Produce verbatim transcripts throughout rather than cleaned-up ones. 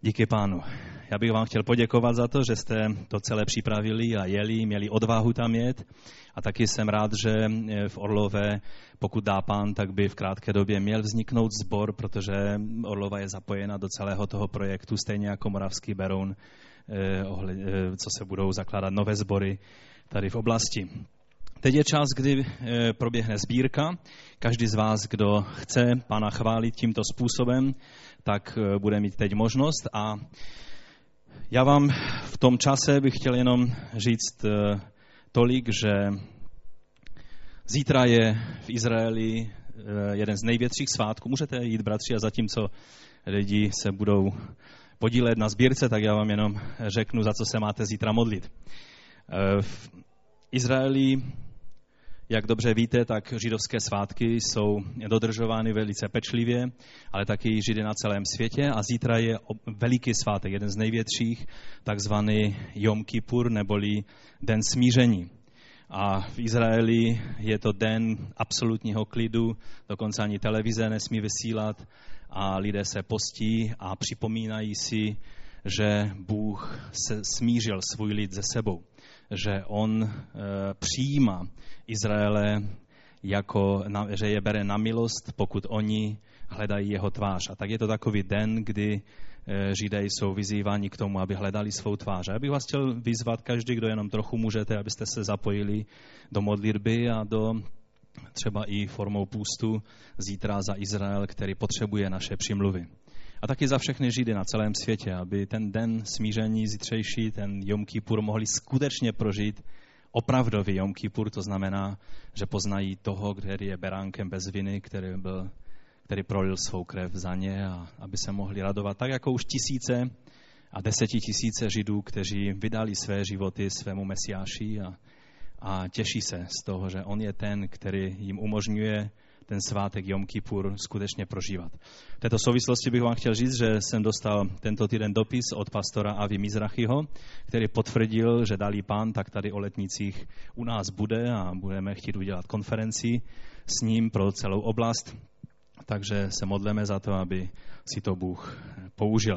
Díky Pánu. Já bych vám chtěl poděkovat za to, že jste to celé připravili a jeli, měli odvahu tam jet. A taky jsem rád, že v Orlové, pokud dá Pán, tak by v krátké době měl vzniknout sbor, protože Orlova je zapojena do celého toho projektu, stejně jako Moravský Beroun, co se budou zakládat nové sbory tady v oblasti. Teď je čas, kdy proběhne sbírka. Každý z vás, kdo chce Pána chválit tímto způsobem, tak bude mít teď možnost. A já vám v tom čase bych chtěl jenom říct tolik, že zítra je v Izraeli jeden z největších svátků. Můžete jít, bratři, a zatímco lidi se budou podílet na sbírce, tak já vám jenom řeknu, za co se máte zítra modlit. V Izraeli, jak dobře víte, tak židovské svátky jsou dodržovány velice pečlivě, ale taky Židy na celém světě. A zítra je veliký svátek, jeden z největších, takzvaný Jom Kippur, neboli Den smíření. A v Izraeli je to den absolutního klidu, dokonce ani televize nesmí vysílat a lidé se postí a připomínají si, že Bůh se smířil svůj lid se sebou, že on e, přijímá Izraele, jako, na, že je bere na milost, pokud oni hledají jeho tvář. A tak je to takový den, kdy e, Židé jsou vyzýváni k tomu, aby hledali svou tvář. A já bych vás chtěl vyzvat, každý, kdo jenom trochu můžete, abyste se zapojili do modlitby a do třeba i formou půstu zítra za Izrael, který potřebuje naše přimluvy. A taky za všechny Židy na celém světě, aby ten den smíření zítřejší, ten Jom Kippur, mohli skutečně prožít opravdový Jom Kippur, to znamená, že poznají toho, který je beránkem bez viny, který, byl, který prolil svou krev za ně, a aby se mohli radovat tak, jako už tisíce a desetitisíce Židů, kteří vydali své životy svému Mesiáši a, a těší se z toho, že on je ten, který jim umožňuje ten svátek Jom Kippur skutečně prožívat. V této souvislosti bych vám chtěl říct, že jsem dostal tento týden dopis od pastora Avi Mizrachiho, který potvrdil, že dali Pán, tak tady o letnicích u nás bude a budeme chtít udělat konferenci s ním pro celou oblast. Takže se modleme za to, aby si to Bůh použil.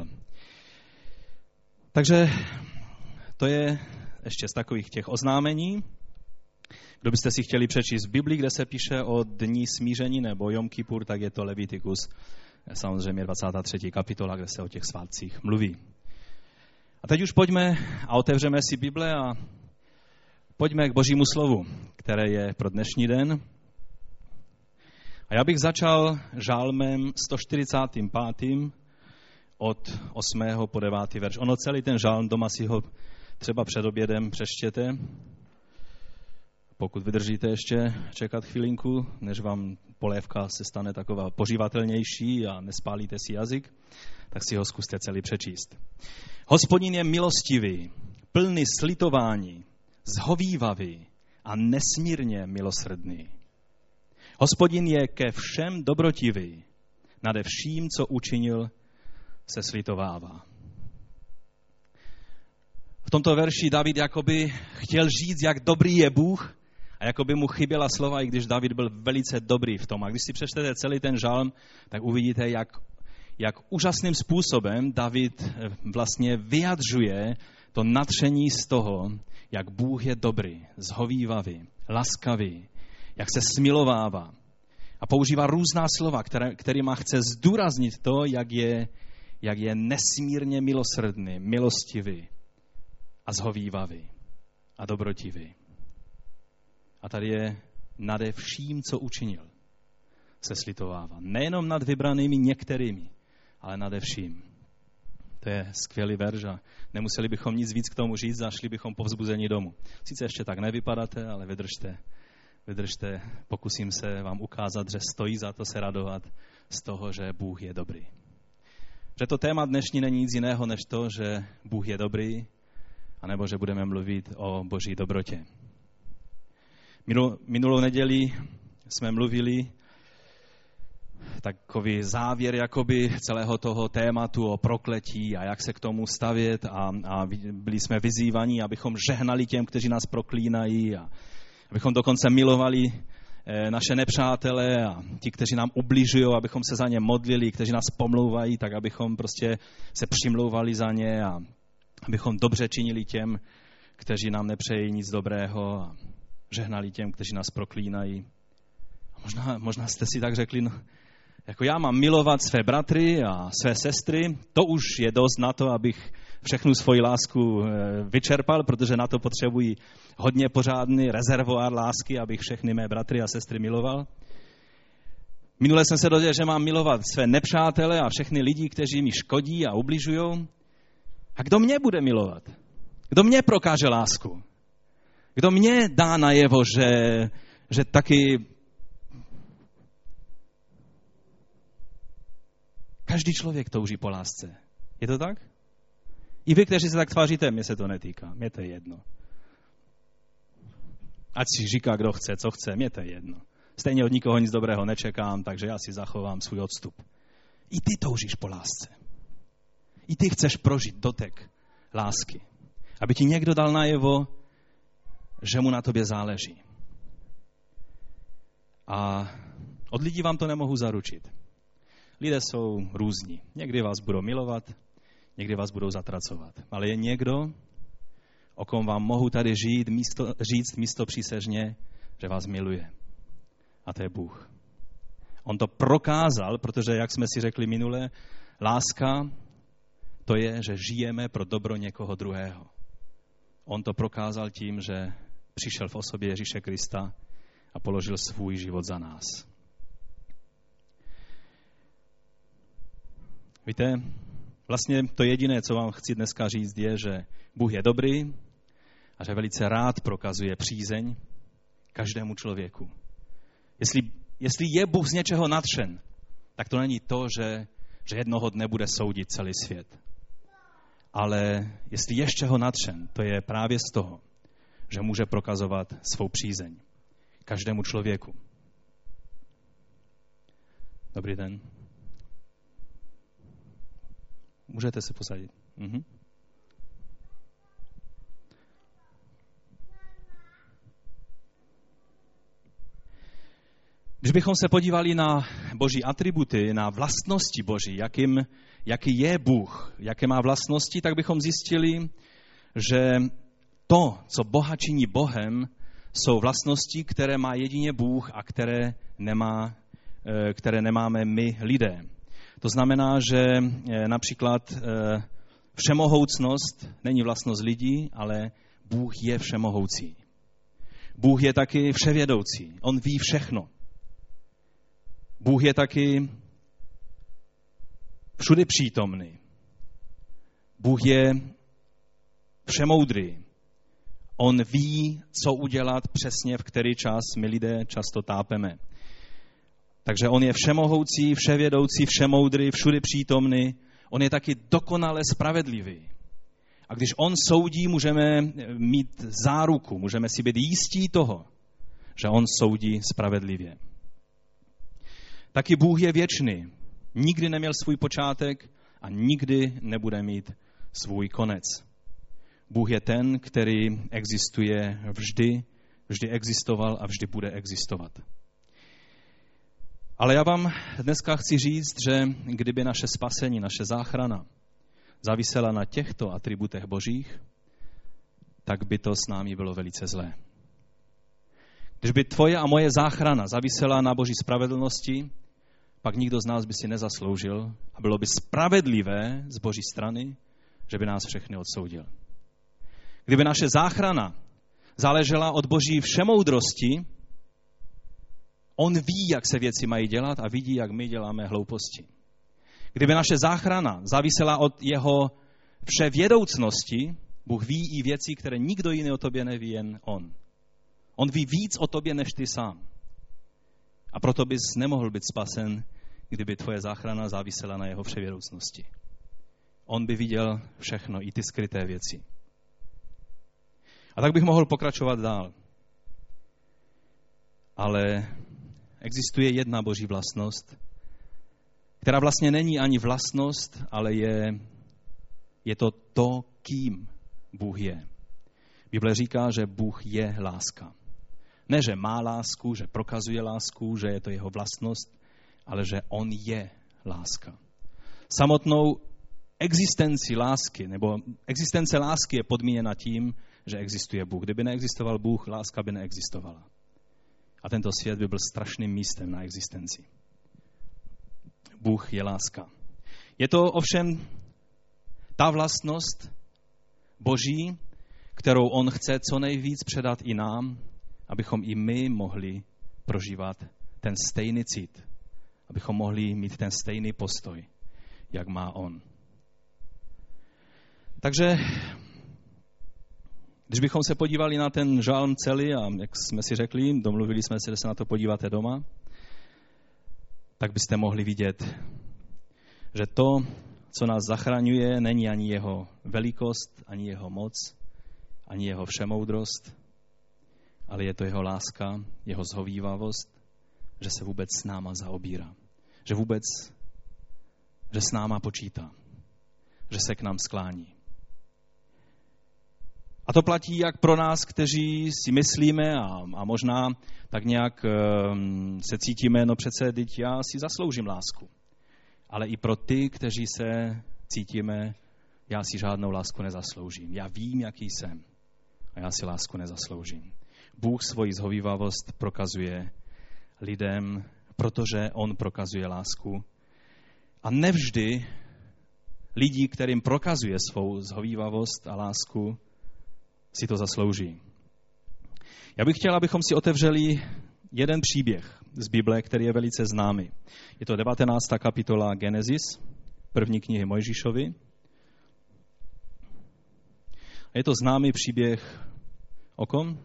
Takže to je ještě z takových těch oznámení. Kdo byste si chtěli přečíst v Biblii, kde se píše o dní smíření nebo Jom Kippur, tak je to Levitikus, samozřejmě dvacátá třetí kapitola, kde se o těch svátcích mluví. A teď už pojďme a otevřeme si Bible a pojďme k Božímu slovu, které je pro dnešní den. A já bych začal žálmem sto čtyřicátým pátým od osmého po devátý verš. Ono celý ten žálm, doma si ho třeba před obědem přečtěte, pokud vydržíte ještě čekat chvilinku, než vám polévka se stane taková požívatelnější a nespálíte si jazyk, tak si ho zkuste celý přečíst. Hospodin je milostivý, plný slitování, zhovívavý a nesmírně milosrdný. Hospodin je ke všem dobrotivý, nade vším, co učinil, se slitovává. V tomto verši David jakoby chtěl říct, jak dobrý je Bůh, a jako by mu chyběla slova, i když David byl velice dobrý v tom. A když si přečtete celý ten žalm, tak uvidíte, jak, jak úžasným způsobem David vlastně vyjadřuje to nadšení z toho, jak Bůh je dobrý, zhovívavý, laskavý, jak se smilovává. A používá různá slova, které, kterýma chce zdůraznit to, jak je, jak je nesmírně milosrdný, milostivý a zhovívavý a dobrotivý. A tady je nade vším, co učinil, se slitovává. Nejenom nad vybranými některými, ale nade vším. To je skvělý verš a nemuseli bychom nic víc k tomu říct a šli bychom povzbuzení domů. Sice ještě tak nevypadáte, ale vydržte, vydržte, pokusím se vám ukázat, že stojí za to se radovat z toho, že Bůh je dobrý. Že to téma dnešní není nic jiného, než to, že Bůh je dobrý, anebo že budeme mluvit o Boží dobrotě. Minulou neděli jsme mluvili takový závěr jakoby celého toho tématu o prokletí a jak se k tomu stavět a, a byli jsme vyzývaní, abychom žehnali těm, kteří nás proklínají a abychom dokonce milovali naše nepřátelé a ti, kteří nám ubližují, abychom se za ně modlili, kteří nás pomlouvají, tak abychom prostě se přimlouvali za ně a abychom dobře činili těm, kteří nám nepřejí nic dobrého a žehnali těm, kteří nás proklínají. A možná, možná jste si tak řekli, no, jako já mám milovat své bratry a své sestry, to už je dost na to, abych všechnu svoji lásku vyčerpal, protože na to potřebuji hodně pořádný rezervoár lásky, abych všechny mé bratry a sestry miloval. Minule jsem se dozvěděl, že mám milovat své nepřátele a všechny lidi, kteří mi škodí a ubližují. A kdo mě bude milovat? Kdo mě prokáže lásku? Kdo mě dá najevo, že, že taky každý člověk touží po lásce. Je to tak? I vy, kteří se tak tváříte, mě se to netýká. Mě to je jedno. Ať si říká, kdo chce, co chce, mě to je jedno. Stejně od nikoho nic dobrého nečekám, takže já si zachovám svůj odstup. I ty toužíš po lásce. I ty chceš prožít dotek lásky. Aby ti někdo dal najevo, že mu na tobě záleží. A od lidí vám to nemohu zaručit. Lidé jsou různí. Někdy vás budou milovat, někdy vás budou zatracovat. Ale je někdo, o kom vám mohu tady žít, místo, říct místo přísežně, že vás miluje. A to je Bůh. On to prokázal, protože, jak jsme si řekli minule, láska to je, že žijeme pro dobro někoho druhého. On to prokázal tím, že přišel v osobě Ježíše Krista a položil svůj život za nás. Víte, vlastně to jediné, co vám chci dneska říct, je, že Bůh je dobrý a že velice rád prokazuje přízeň každému člověku. Jestli, jestli je Bůh z něčeho nadšen, tak to není to, že, že jednoho dne bude soudit celý svět. Ale jestli je z čeho nadšen, to je právě z toho, že může prokazovat svou přízeň každému člověku. Dobrý den. Můžete se posadit. Mhm. Když bychom se podívali na boží atributy, na vlastnosti boží, jakým, jaký je Bůh, jaké má vlastnosti, tak bychom zjistili, že to, co Boha činí Bohem, jsou vlastnosti, které má jedině Bůh a které, nemá, které nemáme my lidé. To znamená, že například všemohoucnost není vlastnost lidí, ale Bůh je všemohoucí. Bůh je taky vševědoucí. On ví všechno. Bůh je taky všude přítomný. Bůh je všemoudrý. On ví, co udělat přesně, v který čas my lidé často tápeme. Takže on je všemohoucí, vševědoucí, všemoudrý, všude přítomný. On je taky dokonale spravedlivý. A když on soudí, můžeme mít záruku, můžeme si být jistí toho, že on soudí spravedlivě. Taky Bůh je věčný. Nikdy neměl svůj počátek a nikdy nebude mít svůj konec. Bůh je ten, který existuje vždy, vždy existoval a vždy bude existovat. Ale já vám dneska chci říct, že kdyby naše spasení, naše záchrana závisela na těchto atributech božích, tak by to s námi bylo velice zlé. Když by tvoje a moje záchrana závisela na boží spravedlnosti, pak nikdo z nás by si nezasloužil a bylo by spravedlivé z boží strany, že by nás všechny odsoudil. Kdyby naše záchrana záležela od boží všemoudrosti, on ví, jak se věci mají dělat a vidí, jak my děláme hlouposti. Kdyby naše záchrana závisela od jeho vševědoucnosti, Bůh ví i věci, které nikdo jiný o tobě neví, jen on. On ví víc o tobě, než ty sám. A proto bys nemohl být spasen, kdyby tvoje záchrana závisela na jeho vševědoucnosti. On by viděl všechno, i ty skryté věci. A tak bych mohl pokračovat dál. Ale existuje jedna boží vlastnost, která vlastně není ani vlastnost, ale je, je to to, kým Bůh je. Bible říká, že Bůh je láska. Ne, že má lásku, že prokazuje lásku, že je to jeho vlastnost, ale že on je láska. Samotnou existenci lásky, nebo existence lásky je podmíněna tím, že existuje Bůh. Kdyby neexistoval Bůh, láska by neexistovala. A tento svět by byl strašným místem na existenci. Bůh je láska. Je to ovšem ta vlastnost Boží, kterou on chce co nejvíc předat i nám, abychom i my mohli prožívat ten stejný cit, abychom mohli mít ten stejný postoj, jak má on. Takže, když bychom se podívali na ten žálm celý, a jak jsme si řekli, domluvili jsme se, že se na to podíváte doma, tak byste mohli vidět, že to, co nás zachraňuje, není ani jeho velikost, ani jeho moc, ani jeho všemoudrost, ale je to jeho láska, jeho zhovívavost, že se vůbec s náma zaobírá. Že vůbec, že s náma počítá. Že se k nám sklání. A to platí jak pro nás, kteří si myslíme a, a možná tak nějak um, se cítíme, no přece, teď já si zasloužím lásku. Ale i pro ty, kteří se cítíme, já si žádnou lásku nezasloužím. Já vím, jaký jsem. A já si lásku nezasloužím. Bůh svoji zhovívavost prokazuje lidem, protože on prokazuje lásku. A nevždy lidi, kterým prokazuje svou zhovívavost a lásku, si to zaslouží. Já bych chtěl, abychom si otevřeli jeden příběh z Bible, který je velice známý. Je to devatenáctá kapitola Genesis, první knihy Mojžíšovi. Je to známý příběh o kom?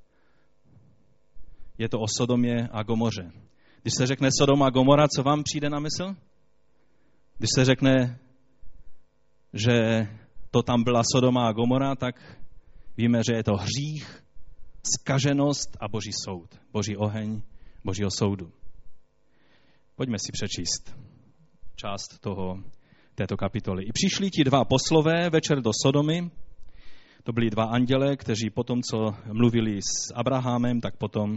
Je to o Sodomě a Gomoře. Když se řekne Sodoma a Gomora, co vám přijde na mysl? Když se řekne, že to tam byla Sodoma a Gomora, tak víme, že je to hřích, zkaženost a Boží soud. Boží oheň, Božího soudu. Pojďme si přečíst část toho, této kapitoly. I přišli ti dva poslové večer do Sodomy. To byli dva anděle, kteří potom, co mluvili s Abrahamem, tak potom e,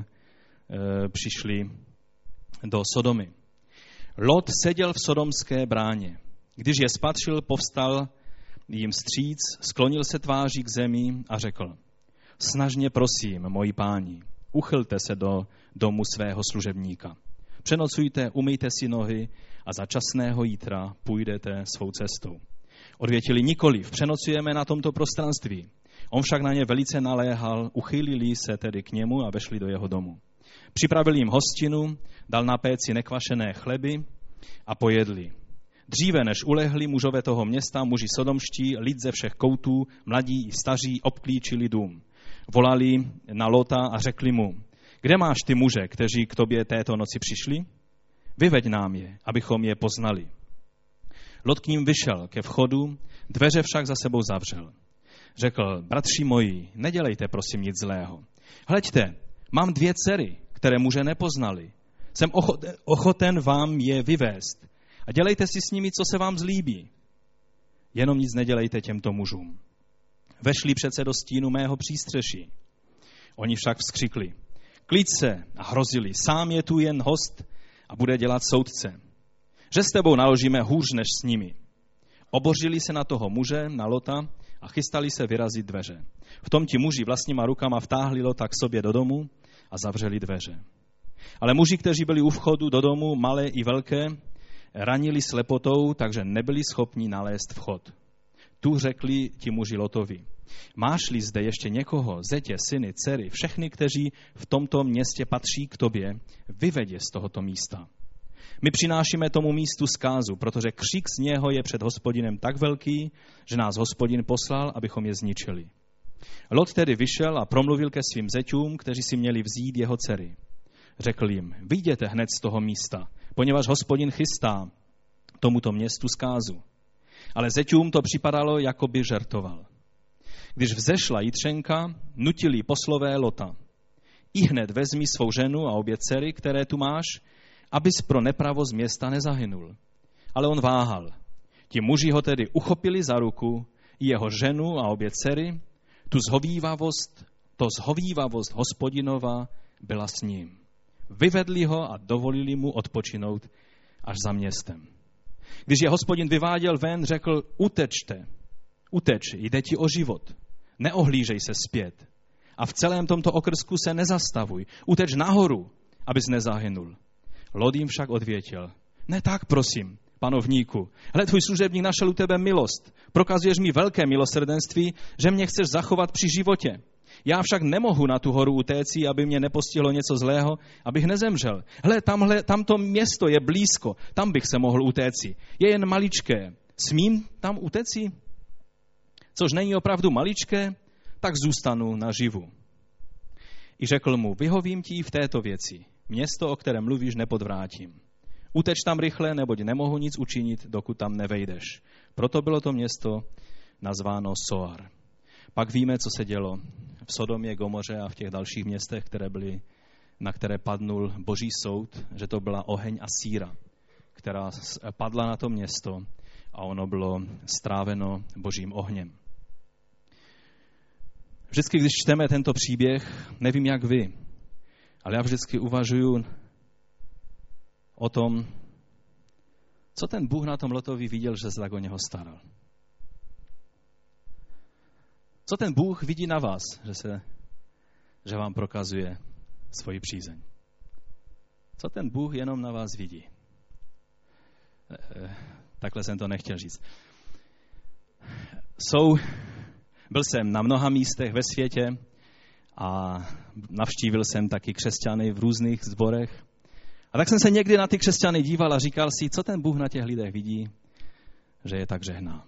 přišli do Sodomy. Lot seděl v sodomské bráně. Když je spatřil, povstal jim vstříc, sklonil se tváří k zemi a řekl: Snažně prosím, moji páni, uchylte se do domu svého služebníka. Přenocujte, umyjte si nohy a za časného jítra půjdete svou cestou. Odvětili: Nikoliv, přenocujeme na tomto prostranství. On však na ně velice naléhal, uchýlili se tedy k němu a vešli do jeho domu. Připravil jim hostinu, dal na péci nekvašené chleby a pojedli. Dříve než ulehli mužové toho města, muži sodomští, lid ze všech koutů, mladí i staří, obklíčili dům. Volali na Lota a řekli mu: Kde máš ty muže, kteří k tobě této noci přišli? Vyveď nám je, abychom je poznali. Lot k ním vyšel ke vchodu, dveře však za sebou zavřel. Řekl: Bratři moji, nedělejte prosím nic zlého. Hleďte, mám dvě dcery, které muže nepoznali. Jsem ochoten vám je vyvést a dělejte si s nimi, co se vám zlíbí. Jenom nic nedělejte těmto mužům. Vešli přece do stínu mého přístřeší. Oni však vzkřikli: Klid se, a hrozili: Sám je tu jen host a bude dělat soudce. Že s tebou naložíme hůř než s nimi. Obořili se na toho muže, na Lota, a chystali se vyrazit dveře. V tom ti muži vlastníma rukama vtáhli Lota k sobě do domu a zavřeli dveře. Ale muži, kteří byli u vchodu do domu, malé i velké, ranili slepotou, takže nebyli schopni nalézt vchod. Tu řekli ti muži Lotovi: Máš-li zde ještě někoho, zetě, syny, dcery, všechny, kteří v tomto městě patří k tobě, vyveď je z tohoto místa. My přinášíme tomu místu zkázu, protože křik z něho je před Hospodinem tak velký, že nás Hospodin poslal, abychom je zničili. Lot tedy vyšel a promluvil ke svým zeťům, kteří si měli vzít jeho dcery. Řekl jim: Vyjděte hned z toho místa, poněvadž Hospodin chystá tomuto městu zkázu. Ale zeťům to připadalo, jako by žertoval. Když vzešla jitřenka, nutili poslové Lota: Ihned vezmi svou ženu a obě dcery, které tu máš, abys pro nepravost města nezahynul. Ale on váhal. Ti muži ho tedy uchopili za ruku, i jeho ženu a obě dcery, tu zhovívavost, to zhovívavost Hospodinova byla s ním. Vyvedli ho a dovolili mu odpočinout až za městem. Když je Hospodin vyváděl ven, řekl, utečte, uteč, jde ti o život, neohlížej se zpět a v celém tomto okrsku se nezastavuj, uteč nahoru, abys nezahynul. Lot jim však odvětil, ne tak, prosím, panovníku, hle, tvůj služebník našel u tebe milost, prokazuješ mi velké milosrdenství, že mě chceš zachovat při životě. Já však nemohu na tu horu utéci, aby mě nepostihlo něco zlého, abych nezemřel. Hle, tamhle, tamto město je blízko, tam bych se mohl utéci. Je jen maličké. Smím tam utéci? Což není opravdu maličké, tak zůstanu naživu. I řekl mu, vyhovím ti v této věci. Město, o kterém mluvíš, nepodvrátím. Uteč tam rychle, neboť nemohu nic učinit, dokud tam nevejdeš. Proto bylo to město nazváno Soar. Pak víme, co se dělo v Sodomě, Gomoře a v těch dalších městech, které byly, na které padnul boží soud, že to byla oheň a síra, která padla na to město a ono bylo stráveno božím ohněm. Vždycky, když čteme tento příběh, nevím jak vy, ale já vždycky uvažuju o tom, co ten Bůh na tom Lotovi viděl, že se tak o něho staral. Co ten Bůh vidí na vás, že, se, že vám prokazuje svoji přízeň? Co ten Bůh jenom na vás vidí? Takhle jsem to nechtěl říct. Jsou, byl jsem na mnoha místech ve světě a navštívil jsem taky křesťany v různých sborech. A tak jsem se někdy na ty křesťany díval a říkal si, co ten Bůh na těch lidech vidí, že je tak žehná.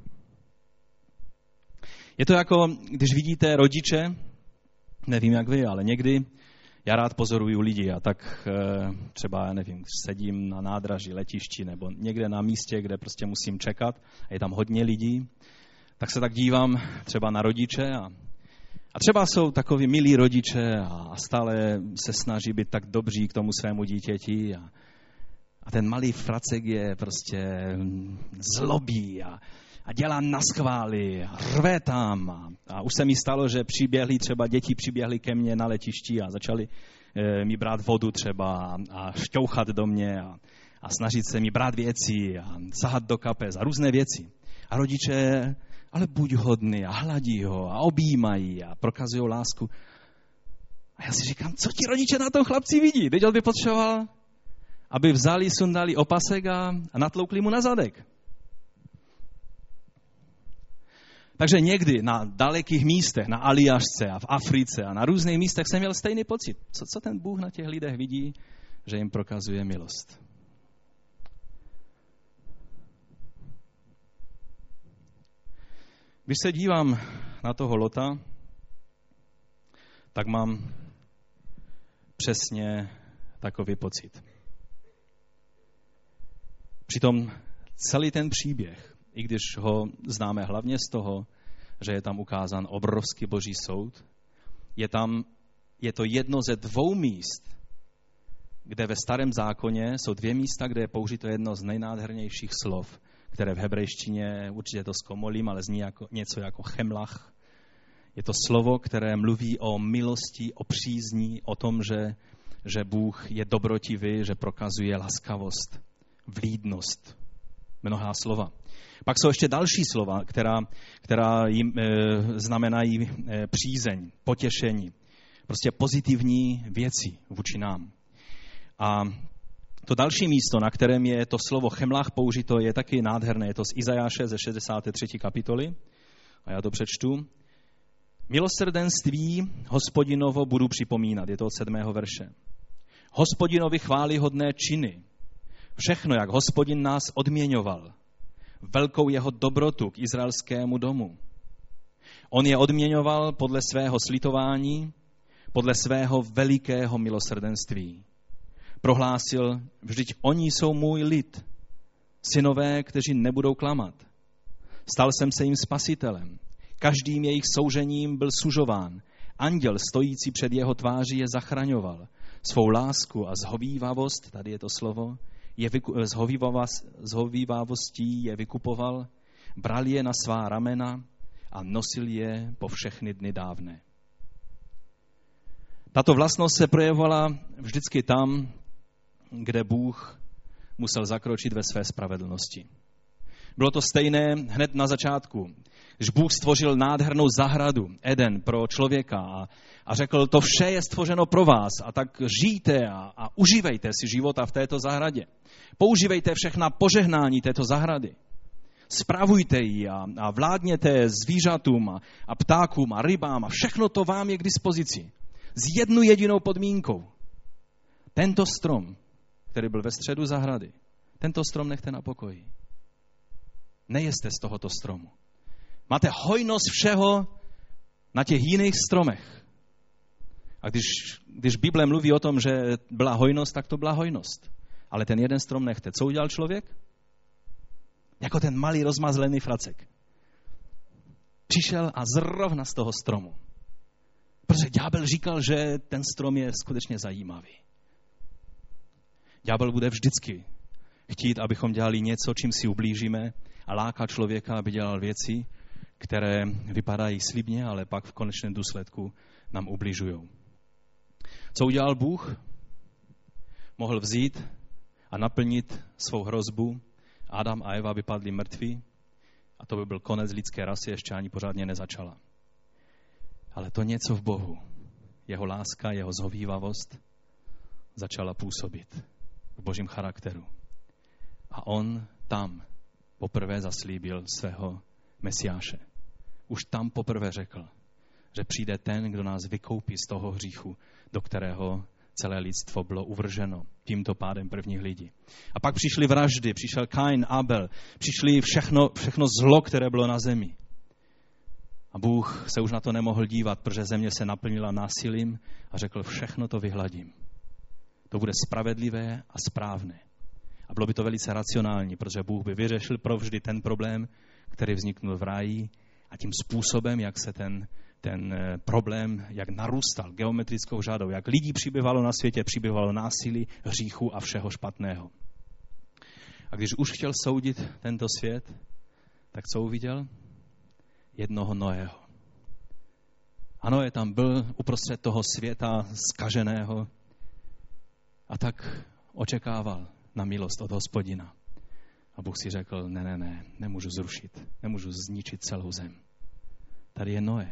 Je to jako, když vidíte rodiče, nevím jak vy, ale někdy já rád pozoruju lidi a tak třeba, nevím, když sedím na nádraží, letišti nebo někde na místě, kde prostě musím čekat a je tam hodně lidí, tak se tak dívám třeba na rodiče a, a třeba jsou takoví milí rodiče a stále se snaží být tak dobří k tomu svému dítěti a, a ten malý fracek je prostě zlobí a A dělá naschvály, a rve tam. A, a už se mi stalo, že přiběhli třeba děti přiběhli ke mně na letišti a začali e, mi brát vodu třeba a šťouchat do mě a, a snažit se mi brát věci a sahat do kapes a různé věci. A rodiče, ale buď hodný a hladí ho a objímají a prokazují lásku. A já si říkám, co ti rodiče na tom chlapci vidí? Teď on by potřeboval, aby vzali, sundali opasek a, a natloukli mu na zadek. Takže někdy na dalekých místech, na Aljašce a v Africe a na různých místech jsem měl stejný pocit. Co, co ten Bůh na těch lidech vidí, že jim prokazuje milost. Když se dívám na toho Lota, tak mám přesně takový pocit. Přitom celý ten příběh, i když ho známe hlavně z toho, že je tam ukázán obrovský boží soud, je tam, je to jedno ze dvou míst, kde ve Starém zákoně jsou dvě místa, kde je použito jedno z nejnádhernějších slov, které v hebrejštině, určitě to zkomolím, ale zní jako, něco jako chemlach. Je to slovo, které mluví o milosti, o přízní, o tom, že, že Bůh je dobrotivý, že prokazuje laskavost, vlídnost. Mnohá slova. Pak jsou ještě další slova, která, která jim e, znamenají e, přízeň, potěšení. Prostě pozitivní věci vůči nám. A to další místo, na kterém je to slovo chemlách použito, je taky nádherné. Je to z Izajáše ze šedesáté třetí kapitoly. A já to přečtu. Milosrdenství Hospodinovo budu připomínat. Je to od sedmého verše. Hospodinovi chvályhodné činy. Všechno, jak Hospodin nás odměňoval. Velkou jeho dobrotu k izraelskému domu. On je odměňoval podle svého slitování, podle svého velikého milosrdenství. Prohlásil, vždyť oni jsou můj lid, synové, kteří nebudou klamat. Stal jsem se jim spasitelem. Každým jejich soužením byl sužován. Anděl stojící před jeho tváří je zachraňoval. Svou lásku a zhovívavost, tady je to slovo, je vyku, zhovívavostí je vykupoval, bral je na svá ramena a nosil je po všechny dny dávné. Tato vlastnost se projevovala vždycky tam, kde Bůh musel zakročit ve své spravedlnosti. Bylo to stejné hned na začátku, když Bůh stvořil nádhernou zahradu, Eden, pro člověka a, a řekl, to vše je stvořeno pro vás a tak žijte a, a užívejte si života v této zahradě. Používejte všechna požehnání této zahrady. Spravujte ji a, a vládněte zvířatům a, a ptákům a rybám a všechno to vám je k dispozici. S jednou jedinou podmínkou. Tento strom, který byl ve středu zahrady, tento strom nechte na pokoji. Nejeste z tohoto stromu. Máte hojnost všeho na těch jiných stromech. A když, když Bible mluví o tom, že byla hojnost, tak to byla hojnost. Ale ten jeden strom nechte. Co udělal člověk? Jako ten malý rozmazlený fracek. Přišel a zrovna z toho stromu. Protože ďábel říkal, že ten strom je skutečně zajímavý. Ďábel bude vždycky chtít, abychom dělali něco, čím si ublížíme a láká člověka, aby dělal věci, které vypadají slibně, ale pak v konečném důsledku nám ubližují. Co udělal Bůh? Mohl vzít a naplnit svou hrozbu. Adam a Eva vypadli mrtví a to by byl konec lidské rasy, ještě ani pořádně nezačala. Ale to něco v Bohu, jeho láska, jeho zhovívavost začala působit v Božím charakteru. A on tam poprvé zaslíbil svého Mesiáše. Už tam poprvé řekl, že přijde ten, kdo nás vykoupí z toho hříchu, do kterého celé lidstvo bylo uvrženo tímto pádem prvních lidí. A pak přišly vraždy, přišel Kain, Abel, přišly všechno, všechno zlo, které bylo na zemi. A Bůh se už na to nemohl dívat, protože země se naplnila násilím a řekl, všechno to vyhladím. To bude spravedlivé a správné. A bylo by to velice racionální, protože Bůh by vyřešil provždy ten problém, který vzniknul v ráji a tím způsobem, jak se ten, ten problém, jak narůstal geometrickou řadou, jak lidí přibývalo na světě, přibývalo násilí, hříchu a všeho špatného. A když už chtěl soudit tento svět, tak co uviděl? Jednoho Noého. A Noé tam byl uprostřed toho světa zkaženého a tak očekával na milost od Hospodina. A Bůh si řekl, ne, ne, ne, nemůžu zrušit, nemůžu zničit celou zem. Tady je Noé.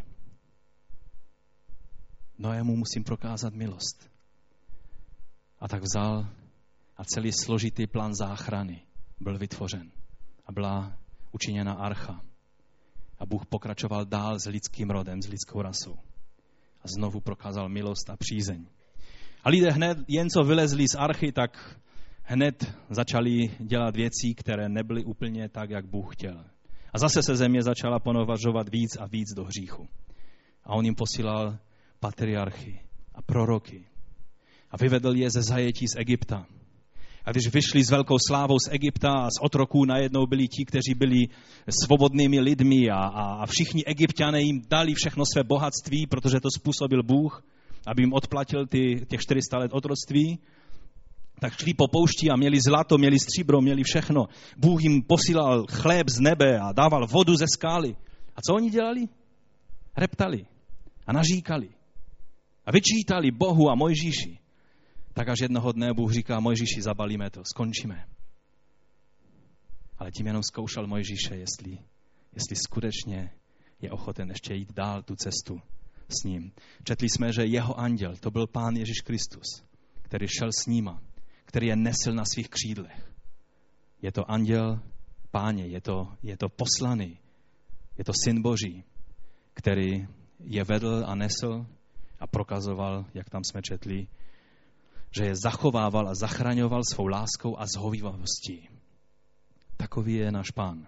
Noému musím prokázat milost. A tak vzal a celý složitý plán záchrany byl vytvořen. A byla učiněna archa. A Bůh pokračoval dál s lidským rodem, s lidskou rasou. A znovu prokázal milost a přízeň. A lidé hned, jen co vylezli z archy, tak hned začali dělat věci, které nebyly úplně tak, jak Bůh chtěl. A zase se země začala ponovařovat víc a víc do hříchu. A on jim posílal patriarchy a proroky. A vyvedl je ze zajetí z Egypta. A když vyšli s velkou slávou z Egypta a z otroků, najednou byli ti, kteří byli svobodnými lidmi a, a, a všichni Egypťané jim dali všechno své bohatství, protože to způsobil Bůh, aby jim odplatil ty, těch čtyři sta let otroctví. Tak šli po poušti a měli zlato, měli stříbro, měli všechno. Bůh jim posílal chléb z nebe a dával vodu ze skály. A co oni dělali? Reptali a naříkali. A vyčítali Bohu a Mojžíši. Tak až jednoho dne Bůh říká, Mojžíši, zabalíme to, skončíme. Ale tím jenom zkoušel Mojžíše, jestli, jestli skutečně je ochoten ještě jít dál tu cestu s ním. Četli jsme, že jeho anděl, to byl Pán Ježíš Kristus, který šel s nima, který je nesl na svých křídlech. Je to anděl Páně, je to, je to poslaný, je to Syn Boží, který je vedl a nesl a prokazoval, jak tam jsme četli, že je zachovával a zachraňoval svou láskou a zhovívavostí. Takový je náš Pán.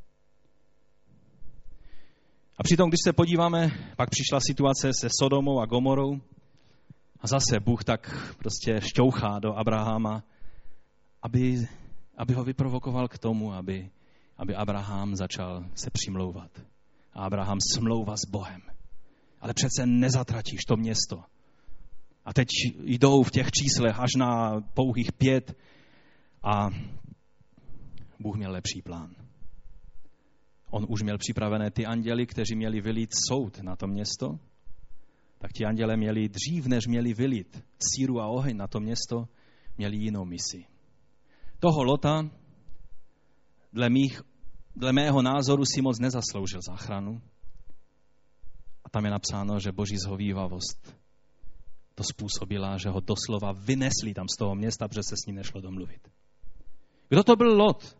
A přitom, když se podíváme, pak přišla situace se Sodomou a Gomorou a zase Bůh tak prostě šťouchá do Abrahama, aby, aby ho vyprovokoval k tomu, aby, aby Abraham začal se přimlouvat. A Abraham smlouvá s Bohem. Ale přece nezatratíš to město. A teď jdou v těch číslech až na pouhých pět a Bůh měl lepší plán. On už měl připravené ty anděly, kteří měli vylít soud na to město tak ti anděle měli dřív, než měli vylit síru a oheň na to město, měli jinou misi. Toho Lota, dle, mých, dle mého názoru, si moc nezasloužil záchranu. A tam je napsáno, že boží zhovívavost to způsobila, že ho doslova vynesli tam z toho města, protože se s ním nešlo domluvit. Kdo to byl Lot?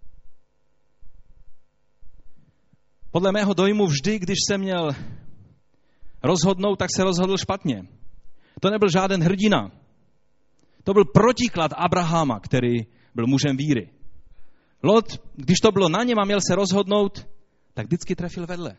Podle mého dojmu vždy, když se měl rozhodnout, tak se rozhodl špatně. To nebyl žáden hrdina. To byl protiklad Abrahama, který byl mužem víry. Lot, když to bylo na něm a měl se rozhodnout, tak vždycky trefil vedle.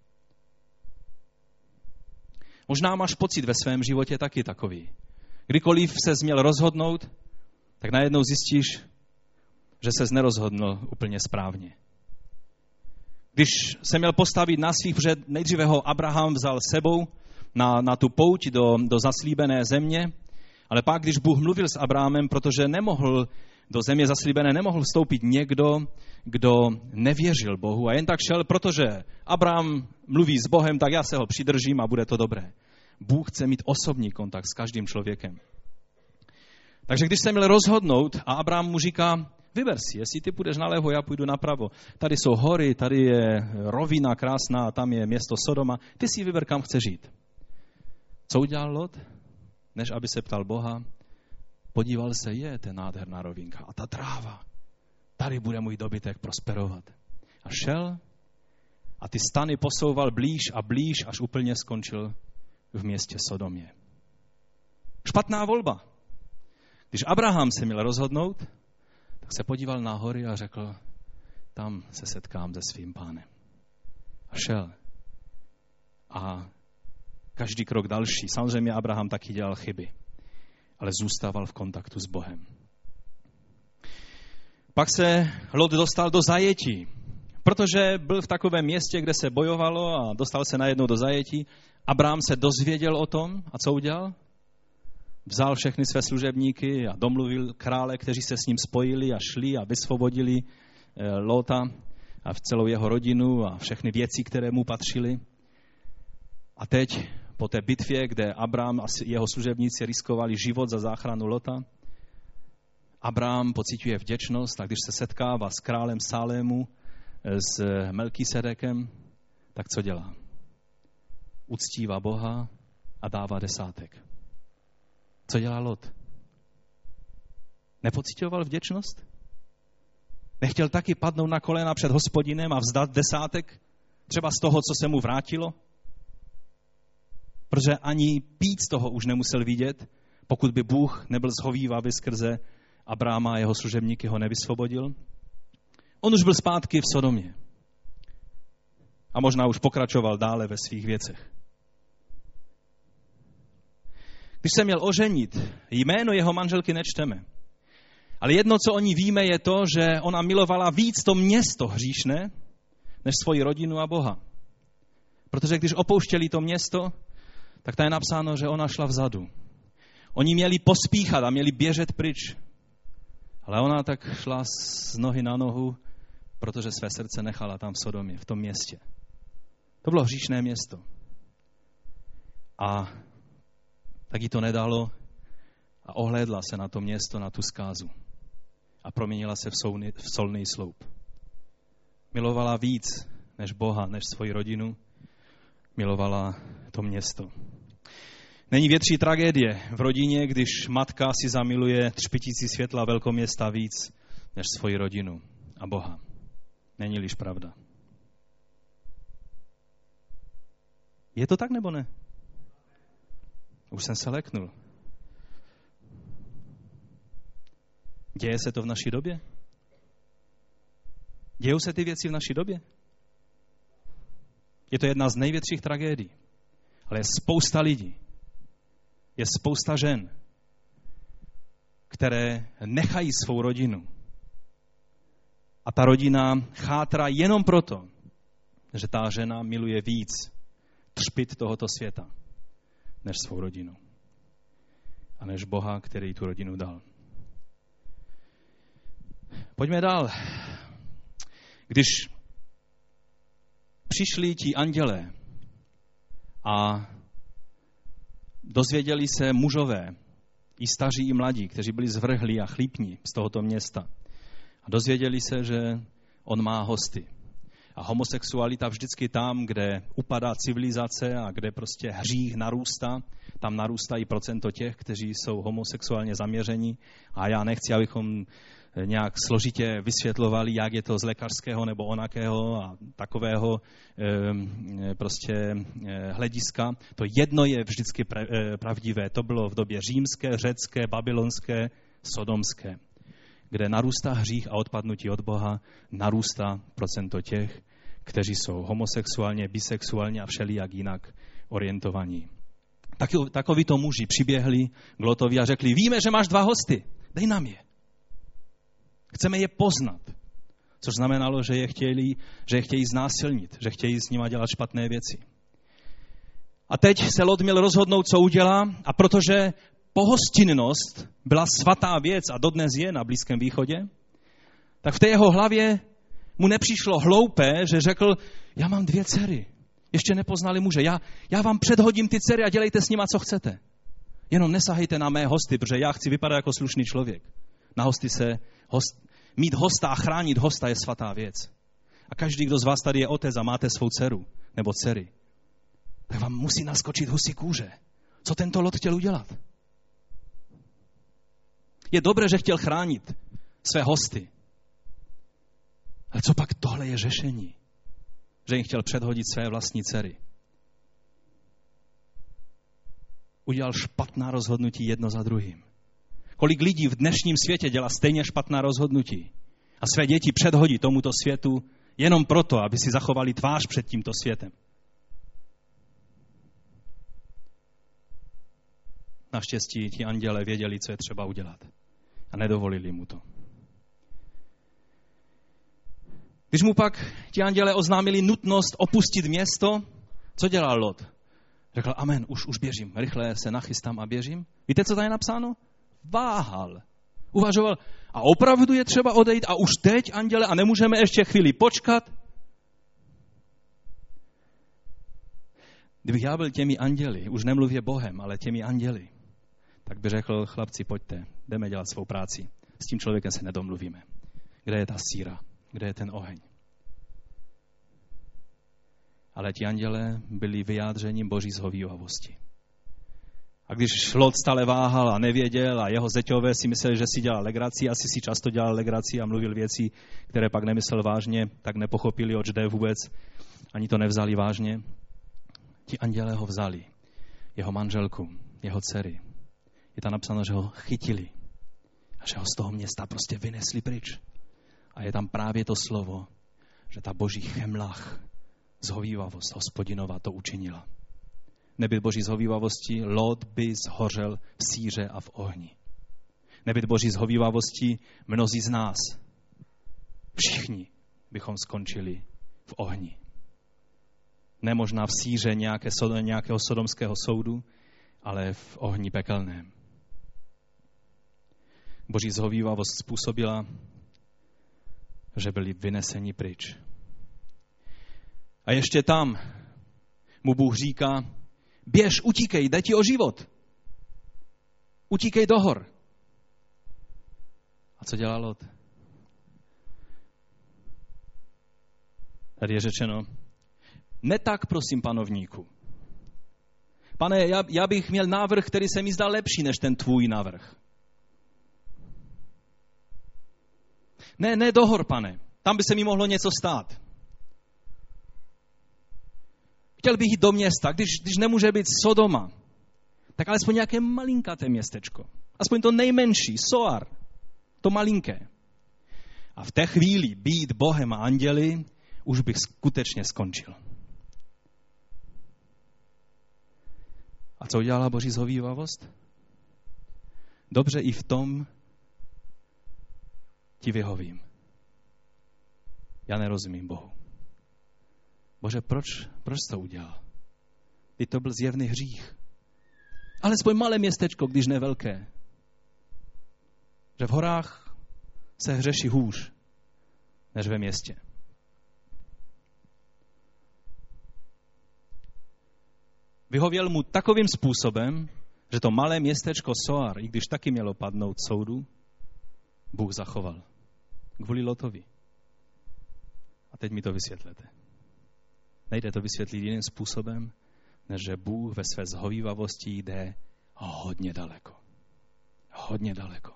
Možná máš pocit ve svém životě taky takový. Kdykoliv ses měl rozhodnout, tak najednou zjistíš, že ses nerozhodnul úplně správně. Když se měl postavit na svých, protože nejdříve ho Abraham vzal sebou na, na tu pouť do, do zaslíbené země, ale pak, když Bůh mluvil s Abrahamem, protože nemohl do země zaslíbené, nemohl vstoupit někdo, kdo nevěřil Bohu a jen tak šel, protože Abraham mluví s Bohem, tak já se ho přidržím a bude to dobré. Bůh chce mít osobní kontakt s každým člověkem. Takže když se měl rozhodnout a Abraham mu říká, vyber si, jestli ty půjdeš nalevo, já půjdu napravo. Tady jsou hory, tady je rovina krásná, tam je město Sodoma. Ty si vyber, kam chceš žít. Co udělal Lot? Než aby se ptal Boha, podíval se, je to nádherná rovinka a ta tráva. Tady bude můj dobytek prosperovat. A šel a ty stany posouval blíž a blíž, až úplně skončil v městě Sodomě. Špatná volba. Když Abraham se měl rozhodnout, tak se podíval na hory a řekl, tam se setkám se svým pánem. A šel. A každý krok další. Samozřejmě Abraham taky dělal chyby, ale zůstával v kontaktu s Bohem. Pak se Lot dostal do zajetí, protože byl v takovém městě, kde se bojovalo a dostal se najednou do zajetí. Abraham se dozvěděl o tom a co udělal? Vzal všechny své služebníky a domluvil krále, kteří se s ním spojili a šli a vysvobodili Lota a v celou jeho rodinu a všechny věci, které mu patřily. A teď po té bitvě, kde Abraham a jeho služebníci riskovali život za záchranu Lota, Abraham pociťuje vděčnost a když se setkává s králem Sálému, s Melkisedekem, tak co dělá? Uctívá Boha a dává desátek. Co dělá Lot? Nepocitoval vděčnost? Nechtěl taky padnout na kolena před Hospodinem a vzdat desátek? Třeba z toho, co se mu vrátilo? Protože ani pít z toho už nemusel vidět, pokud by Bůh nebyl zhovívavý skrze Abrahama a jeho služebníky ho nevysvobodil. On už byl zpátky v Sodomě. A možná už pokračoval dále ve svých věcech. Když se měl oženit, jméno jeho manželky nečteme. Ale jedno, co o ní víme, je to, že ona milovala víc to město hříšné, než svoji rodinu a Boha. Protože když opouštěli to město, tak tam je napsáno, že ona šla vzadu. Oni měli pospíchat a měli běžet pryč. Ale ona tak šla z nohy na nohu, protože své srdce nechala tam v Sodomě, v tom městě. To bylo hříšné město. A tak jí to nedalo a ohlédla se na to město, na tu zkázu. A proměnila se v, souny, v solný sloup. Milovala víc než Boha, než svoji rodinu. Milovala to město. Není větší tragédie v rodině, když matka si zamiluje třpitící světla velkoměsta víc než svoji rodinu a Boha. Není-liž pravda. Je to tak nebo ne? Už jsem se leknul. Děje se to v naší době? Dějou se ty věci v naší době? Je to jedna z největších tragédií. Ale je spousta lidí, je spousta žen, které nechají svou rodinu. A ta rodina chátrá jenom proto, že ta žena miluje víc třpit tohoto světa, než svou rodinu. A než Boha, který tu rodinu dal. Pojďme dál. Když přišli ti andělé a dozvěděli se mužové, i staří, i mladí, kteří byli zvrhlí a chlípní z tohoto města. A dozvěděli se, že on má hosty. A homosexualita vždycky tam, kde upadá civilizace a kde prostě hřích narůstá, tam narůstá i procento těch, kteří jsou homosexuálně zaměření. A já nechci, abychom nějak složitě vysvětlovali, jak je to z lékařského nebo onakého a takového e, prostě e, hlediska. To jedno je vždycky pravdivé. To bylo v době římské, řecké, babylonské, sodomské, kde narůstá hřích a odpadnutí od Boha, narůstá procento těch, kteří jsou homosexuálně, bisexuálně a všelijak jinak orientovaní. Takovýto muži přiběhli k Lotovi a řekli, víme, že máš dva hosty, dej nám je. Chceme je poznat, což znamenalo, že je chtěli, že je chtějí znásilnit, že chtějí s nima dělat špatné věci. A teď se Lot měl rozhodnout, co udělá, a protože pohostinnost byla svatá věc a dodnes je na Blízkém východě, tak v té jeho hlavě mu nepřišlo hloupé, že řekl, já mám dvě dcery, ještě nepoznali muže, já, já vám předhodím ty dcery a dělejte s nima, co chcete. Jenom nesahejte na mé hosty, protože já chci vypadat jako slušný člověk. Na hosty se, host, mít hosta a chránit hosta je svatá věc. A každý, kdo z vás tady je otec a máte svou dceru nebo dcery, tak vám musí naskočit husí kůže. Co tento Lot chtěl udělat? Je dobré, že chtěl chránit své hosty. Ale co pak tohle je řešení? Že jim chtěl předhodit své vlastní dcery. Udělal špatná rozhodnutí jedno za druhým. Kolik lidí v dnešním světě dělá stejně špatná rozhodnutí a své děti předhodí tomuto světu jenom proto, aby si zachovali tvář před tímto světem. Naštěstí ti anděle věděli, co je třeba udělat a nedovolili mu to. Když mu pak ti anděle oznámili nutnost opustit město, co dělal Lot? Řekl, amen, už, už běžím, rychle se nachystám a běžím. Víte, co tady je napsáno? Váhal. Uvažoval, a opravdu je třeba odejít a už teď, anděle, a nemůžeme ještě chvíli počkat? Kdybych já byl těmi anděli, už nemluvě Bohem, ale těmi anděli, tak by řekl, chlapci, pojďte, jdeme dělat svou práci. S tím člověkem se nedomluvíme. Kde je ta síra? Kde je ten oheň? Ale ti anděle byli vyjádřením Boží zhovívavosti. A když Lot stále váhal a nevěděl a jeho zeťové si mysleli, že si dělal legraci, asi si často dělal legraci a mluvil věci, které pak nemyslel vážně, tak nepochopili, oč jde vůbec, ani to nevzali vážně. Ti anděle ho vzali, jeho manželku, jeho dcery. Je tam napsáno, že ho chytili a že ho z toho města prostě vynesli pryč. A je tam právě to slovo, že ta Boží chemlach, zhovívavost Hospodinova to učinila. Nebyt Boží zhovívavosti, Lot by zhořel v síře a v ohni. Nebyt Boží zhovívavosti, mnozí z nás, všichni bychom skončili v ohni. Nemožná v síře nějaké, nějakého sodomského soudu, ale v ohni pekelném. Boží zhovívavost způsobila, že byli vyneseni pryč. A ještě tam mu Bůh říká, běž, utíkej, jde ti o život. Utíkej do hor. A co dělá Lot? Tady je řečeno, ne tak, prosím, panovníku. Pane, já, já bych měl návrh, který se mi zdá lepší než ten tvůj návrh. Ne, ne do hor, pane. Tam by se mi mohlo něco stát. Chtěl bych jít do města, když, když nemůže být Sodoma, tak alespoň nějaké malinkaté městečko. Aspoň to nejmenší, Soar, to malinké. A v té chvíli být Bohem a anděli, už bych skutečně skončil. A co udělala Boží zhovívavost? Dobře, i v tom ti vyhovím. Já nerozumím Bohu. Bože, proč, proč to udělal? Vždyť to byl zjevný hřích. Alespoň malé městečko, když ne velké. Že v horách se hřeší hůř, než ve městě. Vyhověl mu takovým způsobem, že to malé městečko Soar, i když taky mělo padnout soudu, Bůh zachoval. Kvůli Lotovi. A teď mi to vysvětlete. Nejde to vysvětlit jiným způsobem, než že Bůh ve své zhovívavosti jde hodně daleko. Hodně daleko.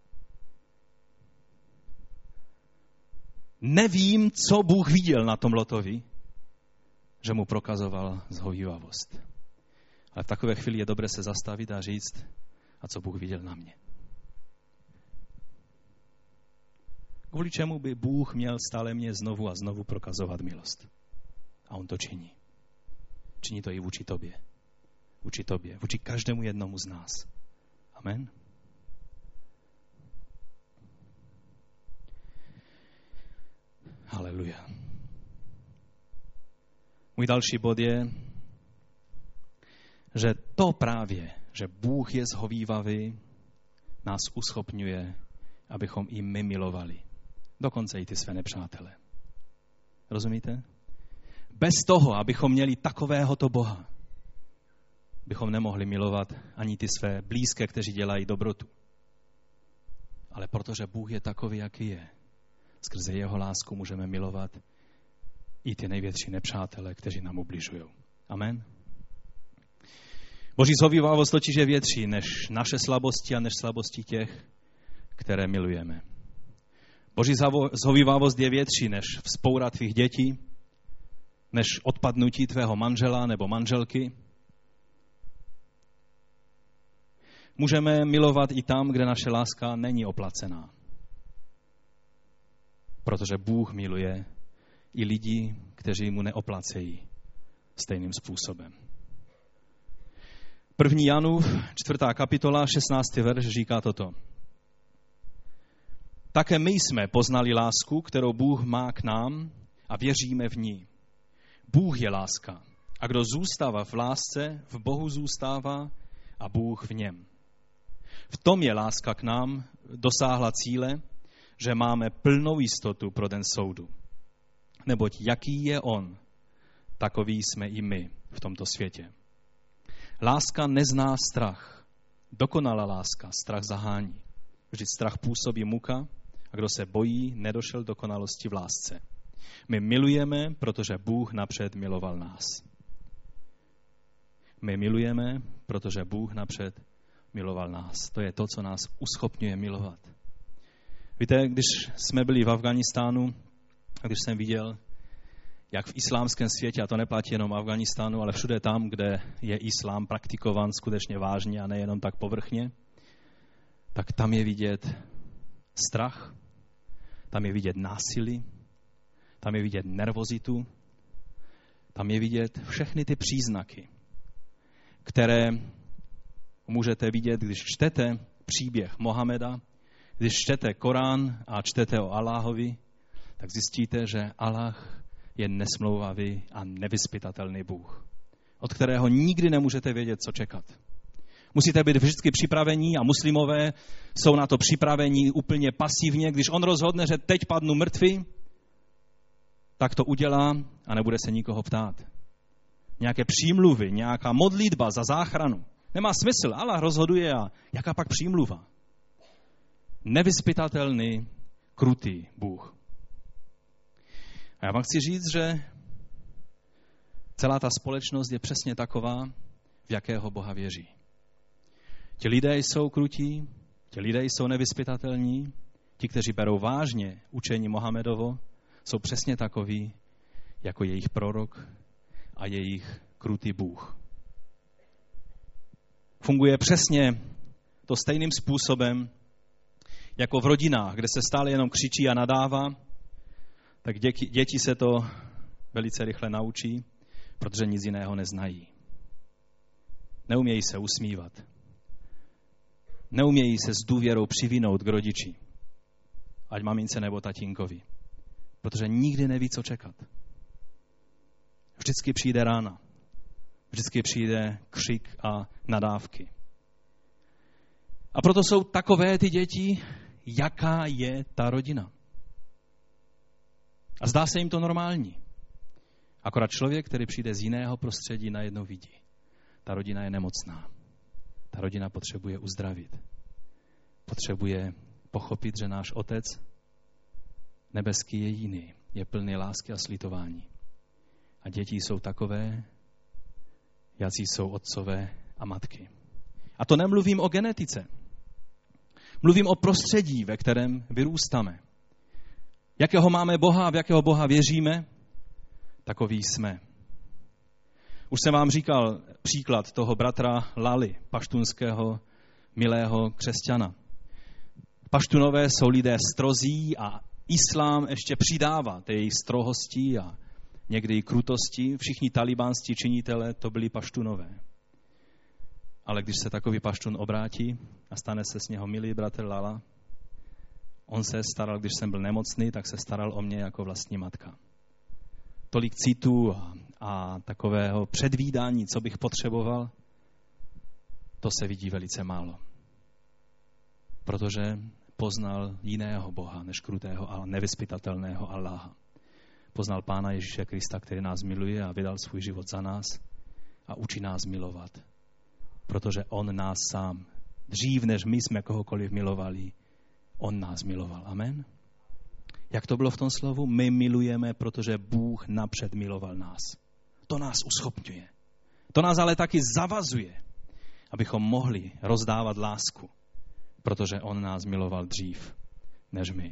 Nevím, co Bůh viděl na tom Lotovi, že mu prokazoval zhovívavost. Ale v takové chvíli je dobré se zastavit a říct, a co Bůh viděl na mě. Kvůli čemu by Bůh měl stále mě znovu a znovu prokazovat milost? A on to činí. Činí to i vůči tobě. Vůči tobě. Vůči každému jednomu z nás. Amen. Haleluja. Můj další bod je, že to právě, že Bůh je zhovívavý, nás uschopňuje, abychom i my milovali. Dokonce i ty své nepřátele. Rozumíte? Bez toho, abychom měli takovéhoto Boha, bychom nemohli milovat ani ty své blízké, kteří dělají dobrotu. Ale protože Bůh je takový, jaký je, skrze jeho lásku můžeme milovat i ty největší nepřátele, kteří nám ubližují. Amen. Boží zhovívavost totiž je větší než naše slabosti a než slabosti těch, které milujeme. Boží zhovívavost je větší než vzpoura tvých dětí, než odpadnutí tvého manžela nebo manželky. Můžeme milovat i tam, kde naše láska není oplacená. Protože Bůh miluje i lidi, kteří mu neoplacejí stejným způsobem. První Janův, čtvrtá kapitola, šestnáctý verš říká toto. Také my jsme poznali lásku, kterou Bůh má k nám a věříme v ní. Bůh je láska. A kdo zůstává v lásce, v Bohu zůstává a Bůh v něm. V tom je láska k nám dosáhla cíle, že máme plnou jistotu pro den soudu. Neboť jaký je on, takový jsme i my v tomto světě. Láska nezná strach. Dokonalá láska strach zahání. Vždyť strach působí muka a kdo se bojí, nedošel dokonalosti v lásce. My milujeme, protože Bůh napřed miloval nás. My milujeme, protože Bůh napřed miloval nás. To je to, co nás uschopňuje milovat. Víte, když jsme byli v Afghánistánu, a když jsem viděl, jak v islámském světě, a to neplatí jenom v Afghánistánu, ale všude tam, kde je islám praktikovan skutečně vážně a nejenom tak povrchně, tak tam je vidět strach, tam je vidět násilí, tam je vidět nervozitu, tam je vidět všechny ty příznaky, které můžete vidět, když čtete příběh Mohameda, když čtete Korán a čtete o Alláhovi, tak zjistíte, že Allah je nesmlouvavý a nevyzpytatelný Bůh, od kterého nikdy nemůžete vědět, co čekat. Musíte být vždycky připravení a muslimové jsou na to připravení úplně pasivně. Když on rozhodne, že teď padnu mrtvý, tak to udělá a nebude se nikoho ptát. Nějaké přímluvy, nějaká modlitba za záchranu. Nemá smysl, Allah rozhoduje a jaká pak přímluva? Nevyzpytatelný, krutý Bůh. A já vám chci říct, že celá ta společnost je přesně taková, v jakého Boha věří. Ti lidé jsou krutí, ti lidé jsou nevyzpytatelní, ti, kteří berou vážně učení Mohamedovo, jsou přesně takoví, jako jejich prorok a jejich krutý Bůh. Funguje přesně to stejným způsobem, jako v rodinách, kde se stále jenom křičí a nadává, tak děti, děti se to velice rychle naučí, protože nic jiného neznají. Neumějí se usmívat. Neumějí se s důvěrou přivinout k rodiči, ať mamince nebo tatínkovi, protože nikdy neví, co čekat. Vždycky přijde rána. Vždycky přijde křik a nadávky. A proto jsou takové ty děti, jaká je ta rodina. A zdá se jim to normální. Akorát člověk, který přijde z jiného prostředí, najednou vidí. ta rodina je nemocná. Ta rodina potřebuje uzdravit. Potřebuje pochopit, že náš Otec nebeský je jiný. Je plný lásky a slitování. A děti jsou takové, jací jsou otcové a matky. A to nemluvím o genetice. Mluvím o prostředí, ve kterém vyrůstáme. Jakého máme Boha a v jakého Boha věříme, takový jsme. Už jsem vám říkal příklad toho bratra Lali, paštunského milého křesťana. Paštunové jsou lidé strozí a islám ještě přidává té jejich strohosti a někdy i krutosti. Všichni talibánští činitelé to byli paštunové. Ale když se takový paštun obrátí a stane se z něho milý bratr Lala, on se staral, když jsem byl nemocný, tak se staral o mě jako vlastní matka. Tolik citů a, a takového předvídání, co bych potřeboval, to se vidí velice málo. Protože poznal jiného Boha, než krutého a nevyzpytatelného Alláha. Poznal Pána Ježíše Krista, který nás miluje a vydal svůj život za nás a učí nás milovat. Protože on nás sám, dřív než my jsme kohokoliv milovali, on nás miloval. Amen? Jak to bylo v tom slovu? My milujeme, protože Bůh napřed miloval nás. To nás uschopňuje. To nás ale taky zavazuje, abychom mohli rozdávat lásku, protože on nás miloval dřív než my.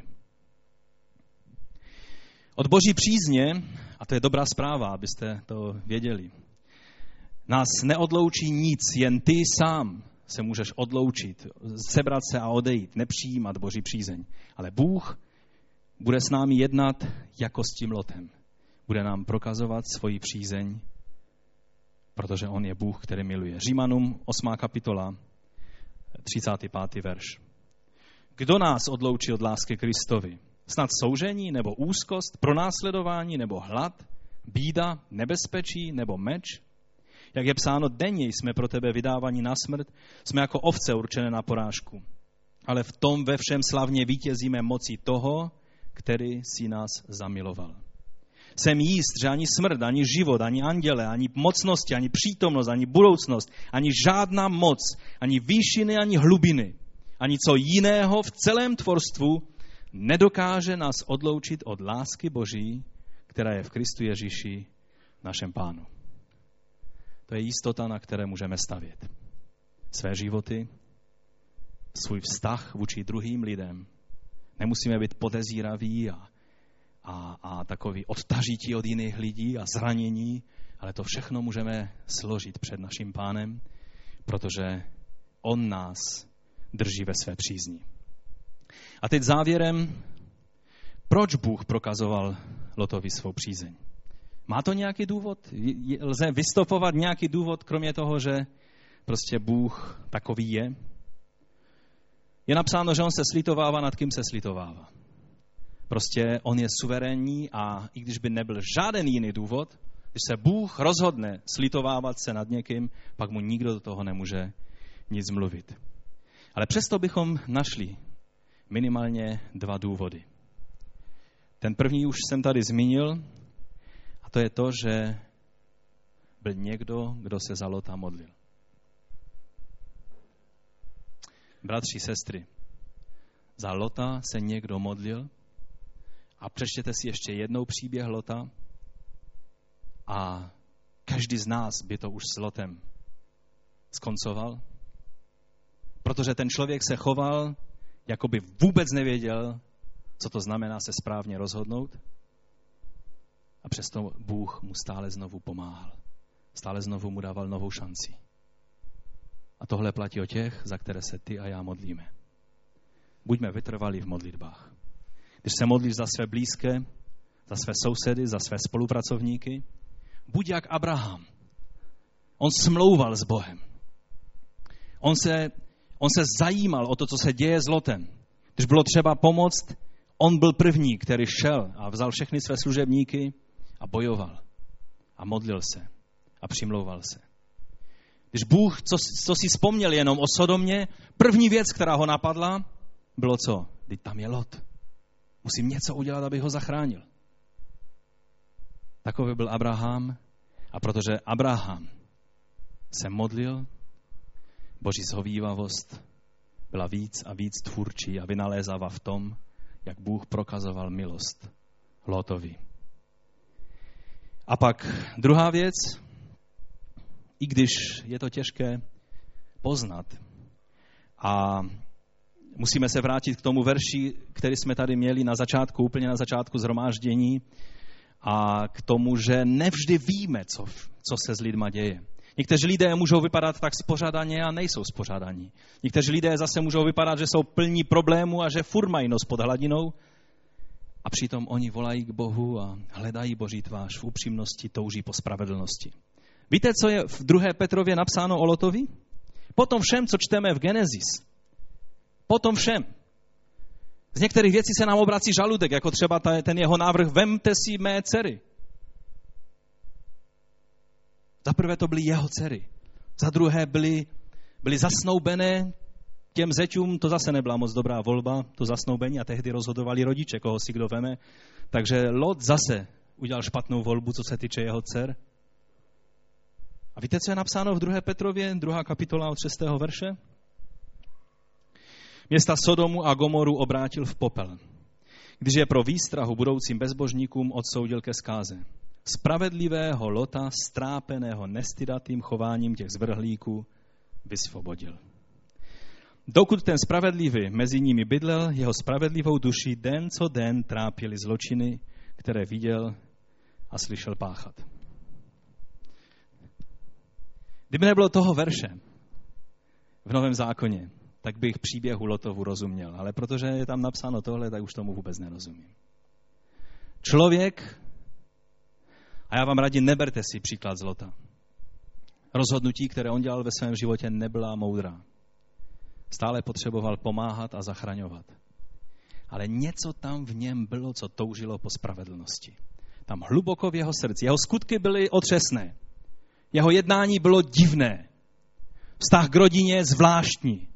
Od Boží přízně, a to je dobrá zpráva, abyste to věděli, nás neodloučí nic, jen ty sám se můžeš odloučit, sebrat se a odejít, nepřijímat Boží přízeň. Ale Bůh bude s námi jednat jako s tím Lotem. Bude nám prokazovat svoji přízeň, protože on je Bůh, který miluje. Římanům osmá kapitola, třicátý pátý verš. Kdo nás odloučí od lásky Kristovi? Snad soužení, nebo úzkost, pronásledování, nebo hlad, bída, nebezpečí, nebo meč? Jak je psáno, denně jsme pro tebe vydávaní na smrt, jsme jako ovce určené na porážku. Ale v tom ve všem slavně vítězíme mocí toho, který si nás zamiloval. Jsem jíst, že ani smrt, ani život, ani anděle, ani mocnosti, ani přítomnost, ani budoucnost, ani žádná moc, ani výšiny, ani hlubiny, ani co jiného v celém tvorstvu nedokáže nás odloučit od lásky Boží, která je v Kristu Ježíši, našem Pánu. To je jistota, na které můžeme stavět své životy, svůj vztah vůči druhým lidem. Nemusíme být podezíraví a, a, a takový odtažití od jiných lidí a zranění, ale to všechno můžeme složit před naším Pánem, protože on nás drží ve své přízni. A teď závěrem, proč Bůh prokazoval Lotovi svou přízeň? Má to nějaký důvod? Lze vystopovat nějaký důvod, kromě toho, že prostě Bůh takový je? Je napsáno, že on se slitovává, nad kým se slitovává. Prostě on je suverénní a i když by nebyl žádný jiný důvod, když se Bůh rozhodne slitovávat se nad někým, pak mu nikdo do toho nemůže nic mluvit. Ale přesto bychom našli minimálně dva důvody. Ten první už jsem tady zmínil, a to je to, že byl někdo, kdo se za Lota modlil. Bratři, sestry, za Lota se někdo modlil a přečtěte si ještě jednou příběh Lota a každý z nás by to už s Lotem skoncoval, protože ten člověk se choval, jako by vůbec nevěděl, co to znamená se správně rozhodnout, a přesto Bůh mu stále znovu pomáhal. Stále znovu mu dával novou šanci. A tohle platí o těch, za které se ty a já modlíme. Buďme vytrvalí v modlitbách. Když se modlíš za své blízké, za své sousedy, za své spolupracovníky, buď jak Abraham. On smlouval s Bohem. On se, on se zajímal o to, co se děje s Lotem. Když bylo třeba pomoct, on byl první, který šel a vzal všechny své služebníky a bojoval. A modlil se. A přimlouval se. Když Bůh, co, co si vzpomněl jenom o Sodomě, první věc, která ho napadla, bylo co? Teď tam je Lot. Musím něco udělat, abych ho zachránil. Takový byl Abraham. A protože Abraham se modlil, Boží zhovívavost byla víc a víc tvůrčí a vynalézavá v tom, jak Bůh prokazoval milost Lótovi. A pak druhá věc, i když je to těžké poznat a musíme se vrátit k tomu verši, který jsme tady měli na začátku, úplně na začátku shromáždění a k tomu, že nevždy víme, co, co se s lidma děje. Někteří lidé můžou vypadat tak spořádaně a nejsou spořádaní. Někteří lidé zase můžou vypadat, že jsou plní problémů a že furt mají nos pod hladinou. A přitom oni volají k Bohu a hledají Boží tvář v upřímnosti, touží po spravedlnosti. Víte, co je v druhé Petrově napsáno o Lotovi? Potom všem, co čteme v Genesis. Potom všem. Z některých věcí se nám obrací žaludek, jako třeba ten jeho návrh, vemte si mé dcery. Za prvé to byly jeho dcery. Za druhé byly, byly zasnoubené těm zeťům, to zase nebyla moc dobrá volba, to zasnoubení, a tehdy rozhodovali rodiče, koho si kdo veme. Takže Lot zase udělal špatnou volbu, co se týče jeho dcer. A víte, co je napsáno v druhé Petrově, druhá kapitola od šestého verše? Města Sodomu a Gomoru obrátil v popel, když je pro výstrahu budoucím bezbožníkům odsoudil ke zkáze. Spravedlivého Lota, strápeného nestydatým chováním těch zvrhlíků, vysvobodil. Dokud ten spravedlivý mezi nimi bydlel, jeho spravedlivou duši den co den trápili zločiny, které viděl a slyšel páchat. Kdyby nebylo toho verše v Novém zákoně, tak bych příběhu Lotovu rozuměl. Ale protože je tam napsáno tohle, tak už tomu vůbec nerozumím. Člověk, a já vám radím, neberte si příklad z Lota. Rozhodnutí, které on dělal ve svém životě, nebyla moudrá. Stále potřeboval pomáhat a zachraňovat. Ale něco tam v něm bylo, co toužilo po spravedlnosti. Tam hluboko v jeho srdci. Jeho skutky byly otřesné. Jeho jednání bylo divné. Vztah k rodině zvláštní.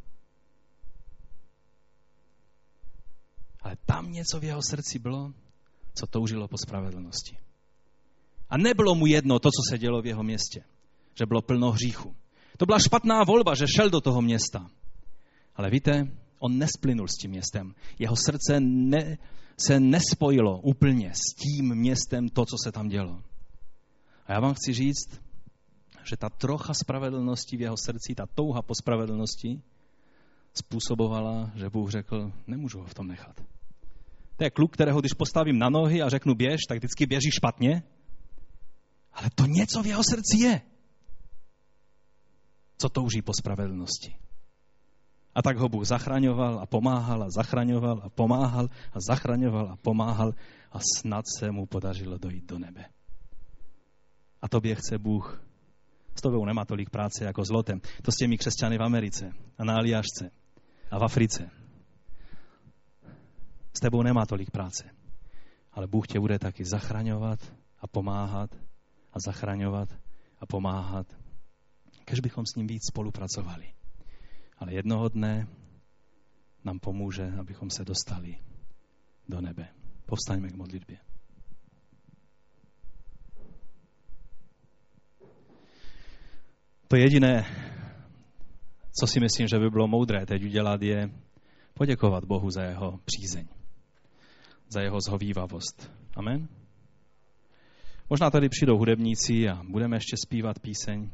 Ale tam něco v jeho srdci bylo, co toužilo po spravedlnosti. A nebylo mu jedno to, co se dělo v jeho městě. Že bylo plno hříchu. To byla špatná volba, že šel do toho města. Ale víte, on nesplynul s tím městem. Jeho srdce ne, se nespojilo úplně s tím městem to, co se tam dělo. A já vám chci říct, že ta trocha spravedlnosti v jeho srdci, ta touha po spravedlnosti způsobovala, že Bůh řekl, nemůžu ho v tom nechat. To je kluk, kterého když postavím na nohy a řeknu běž, tak vždycky běží špatně. Ale to něco v jeho srdci je, co touží po spravedlnosti. A tak ho Bůh zachraňoval a pomáhal a zachraňoval a pomáhal a zachraňoval a pomáhal a snad se mu podařilo dojít do nebe. A tobě chce Bůh. S tobou nemá tolik práce jako s Lotem. To s těmi křesťany v Americe a na Aljašce a v Africe. S tebou nemá tolik práce. Ale Bůh tě bude taky zachraňovat a pomáhat a zachraňovat a pomáhat. Kež bychom s ním víc spolupracovali. Ale jednoho dne nám pomůže, abychom se dostali do nebe. Povstaňme k modlitbě. To jediné, co si myslím, že by bylo moudré teď udělat, je poděkovat Bohu za jeho přízeň, za jeho zhovívavost. Amen? Možná tady přijdou hudebníci a budeme ještě zpívat píseň.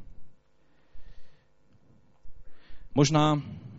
Možná,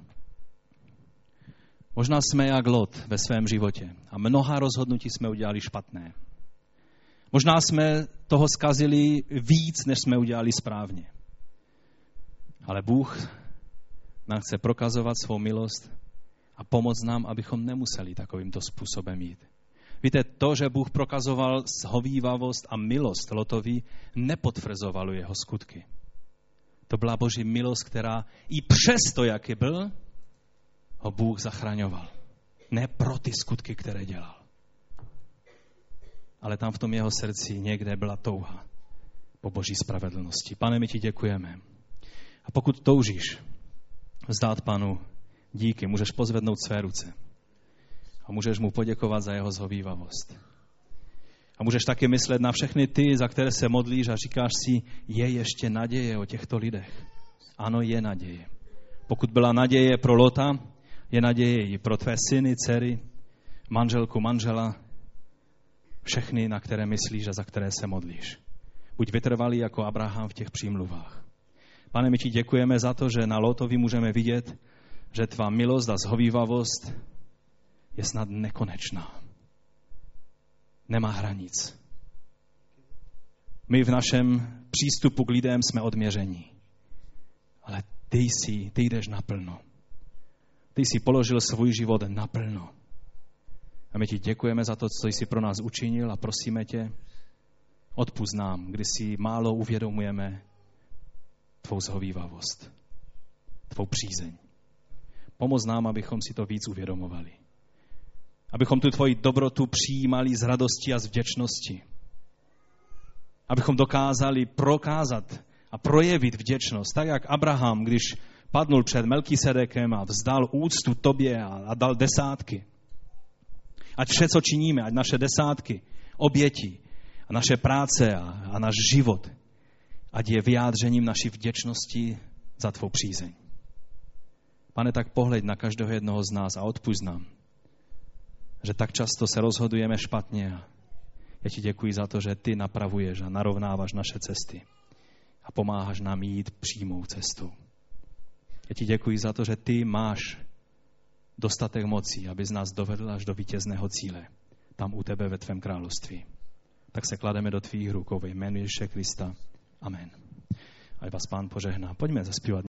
možná jsme jak Lot ve svém životě a mnoha rozhodnutí jsme udělali špatné. Možná jsme toho zkazili víc, než jsme udělali správně. Ale Bůh nám chce prokazovat svou milost a pomoct nám, abychom nemuseli takovýmto způsobem jít. Víte, to, že Bůh prokazoval shovívavost a milost Lotovi, nepotvrzovalo jeho skutky. To byla Boží milost, která i přesto, jaký byl, ho Bůh zachraňoval. Ne pro ty skutky, které dělal. Ale tam v tom jeho srdci někde byla touha po Boží spravedlnosti. Pane, my ti děkujeme. A pokud toužíš vzdát Panu díky, můžeš pozvednout své ruce. A můžeš mu poděkovat za jeho zhovívavost. A můžeš taky myslet na všechny ty, za které se modlíš a říkáš si, je ještě naděje o těchto lidech. Ano, je naděje. Pokud byla naděje pro Lota, je naděje i pro tvé syny, dcery, manželku, manžela, všechny, na které myslíš a za které se modlíš. Buď vytrvalý jako Abraham v těch přímluvách. Pane, my ti děkujeme za to, že na Lotovi můžeme vidět, že tvá milost a zhovívavost je snad nekonečná. Nemá hranic. My v našem přístupu k lidem jsme odměření. Ale ty jsi, ty jdeš naplno. Ty jsi položil svůj život naplno. A my ti děkujeme za to, co jsi pro nás učinil a prosíme tě, odpusť nám, kdy si málo uvědomujeme tvou zhovívavost, tvou přízeň. Pomoz nám, abychom si to víc uvědomovali. Abychom tu tvoji dobrotu přijímali z radosti a z vděčnosti. Abychom dokázali prokázat a projevit vděčnost, tak jak Abraham, když padnul před Melkisedekem a vzdal úctu tobě a, a dal desátky. Ať vše, co činíme, ať naše desátky, oběti a naše práce a, a náš život, ať je vyjádřením naší vděčnosti za tvou přízeň. Pane, tak pohleď na každého jednoho z nás a odpusť nám, že tak často se rozhodujeme špatně. A já ti děkuji za to, že ty napravuješ a narovnáváš naše cesty a pomáháš nám jít přímou cestou. Já ti děkuji za to, že ty máš dostatek mocí, abys nás dovedl až do vítězného cíle, tam u tebe ve tvém království. Tak se klademe do tvých rukou ve jménu Ježíše Krista. Amen. Ať vás Pán požehná. Pojďme zaspívat.